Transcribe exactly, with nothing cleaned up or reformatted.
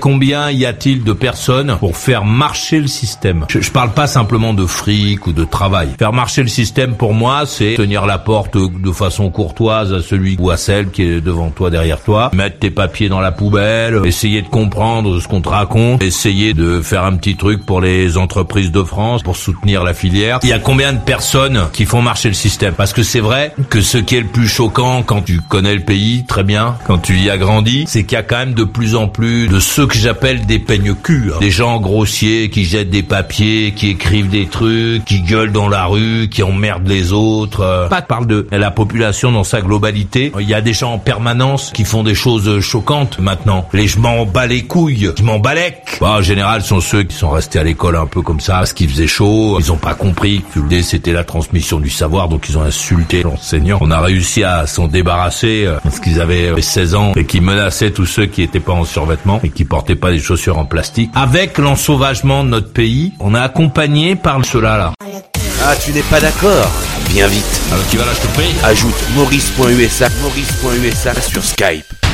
Combien y a-t-il de personnes pour faire marcher le système? Je, je parle pas simplement de fric ou de travail. Faire marcher le système, pour moi, c'est tenir la porte de façon courtoise à celui ou à celle qui est devant toi, derrière toi, mettre tes papiers dans la poubelle, essayer de comprendre ce qu'on te raconte, essayer de faire un petit truc pour les entreprises de France, pour soutenir la filière. Il y a combien de personnes qui font marcher le système? Parce que c'est vrai que ce qui est le plus choquant quand tu connais le pays très bien, quand tu y as grandi, c'est qu'il y a quand même de plus en plus de ceux que j'appelle des peigne-culs, hein. Des gens grossiers qui jettent des papiers, qui écrivent des trucs, qui gueulent dans la rue, qui emmerdent les autres. Pas de parle de la population dans sa globalité. Il y a des gens en permanence qui font des choses choquantes maintenant. Les je m'en bats les couilles, je m'en balèque. Bah, en général, ce sont ceux qui sont restés à l'école un peu comme ça, parce qu'il faisait chaud. Ils ont pas compris que l'idée c'était la transmission du savoir, donc ils ont insulté l'enseignant. On a réussi à s'en débarrasser euh, parce qu'ils avaient seize ans et qui menaçaient tous ceux qui étaient pas en survêtement et qui portaient pas des chaussures en plastique. Avec l'ensauvagement de notre pays, on est accompagné par cela là. Ah, tu n'es pas d'accord? Viens vite. Alors tu vas là, je te prie. Ajoute maurice point u s a, maurice point u s a sur Skype.